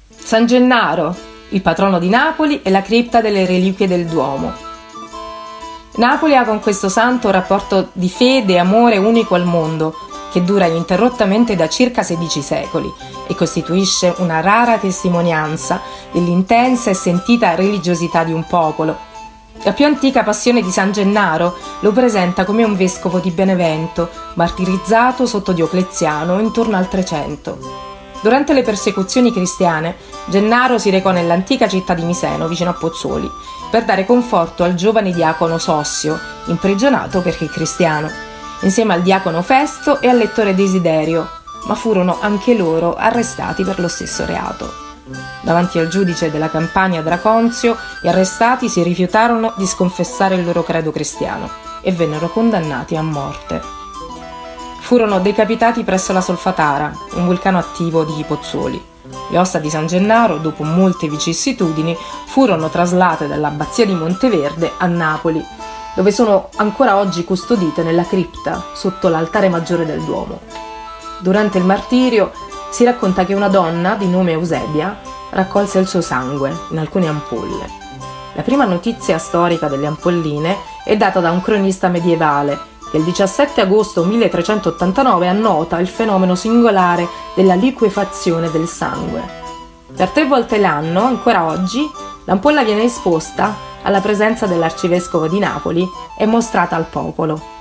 San Gennaro, il patrono di Napoli, e la cripta delle reliquie del Duomo. Napoli ha con questo santo un rapporto di fede e amore unico al mondo, che dura ininterrottamente da circa 16 secoli e costituisce una rara testimonianza dell'intensa e sentita religiosità di un popolo. La più antica passione di San Gennaro lo presenta come un vescovo di Benevento, martirizzato sotto Diocleziano intorno al 300. Durante le persecuzioni cristiane, Gennaro si recò nell'antica città di Miseno, vicino a Pozzuoli, per dare conforto al giovane diacono Sossio, imprigionato perché cristiano, insieme al diacono Festo e al lettore Desiderio, ma furono anche loro arrestati per lo stesso reato. Davanti al giudice della Campania Draconzio, gli arrestati si rifiutarono di sconfessare il loro credo cristiano e vennero condannati a morte. Furono decapitati presso la Solfatara, un vulcano attivo di Pozzuoli. Le ossa di San Gennaro, dopo molte vicissitudini, furono traslate dall'abbazia di Monteverde a Napoli, dove sono ancora oggi custodite nella cripta sotto l'altare maggiore del Duomo. Durante il martirio si racconta che una donna di nome Eusebia raccolse il suo sangue in alcune ampolle. La prima notizia storica delle ampolline è data da un cronista medievale che il 17 agosto 1389 annota il fenomeno singolare della liquefazione del sangue. Per 3 volte l'anno, ancora oggi, l'ampolla viene esposta alla presenza dell'arcivescovo di Napoli e mostrata al popolo.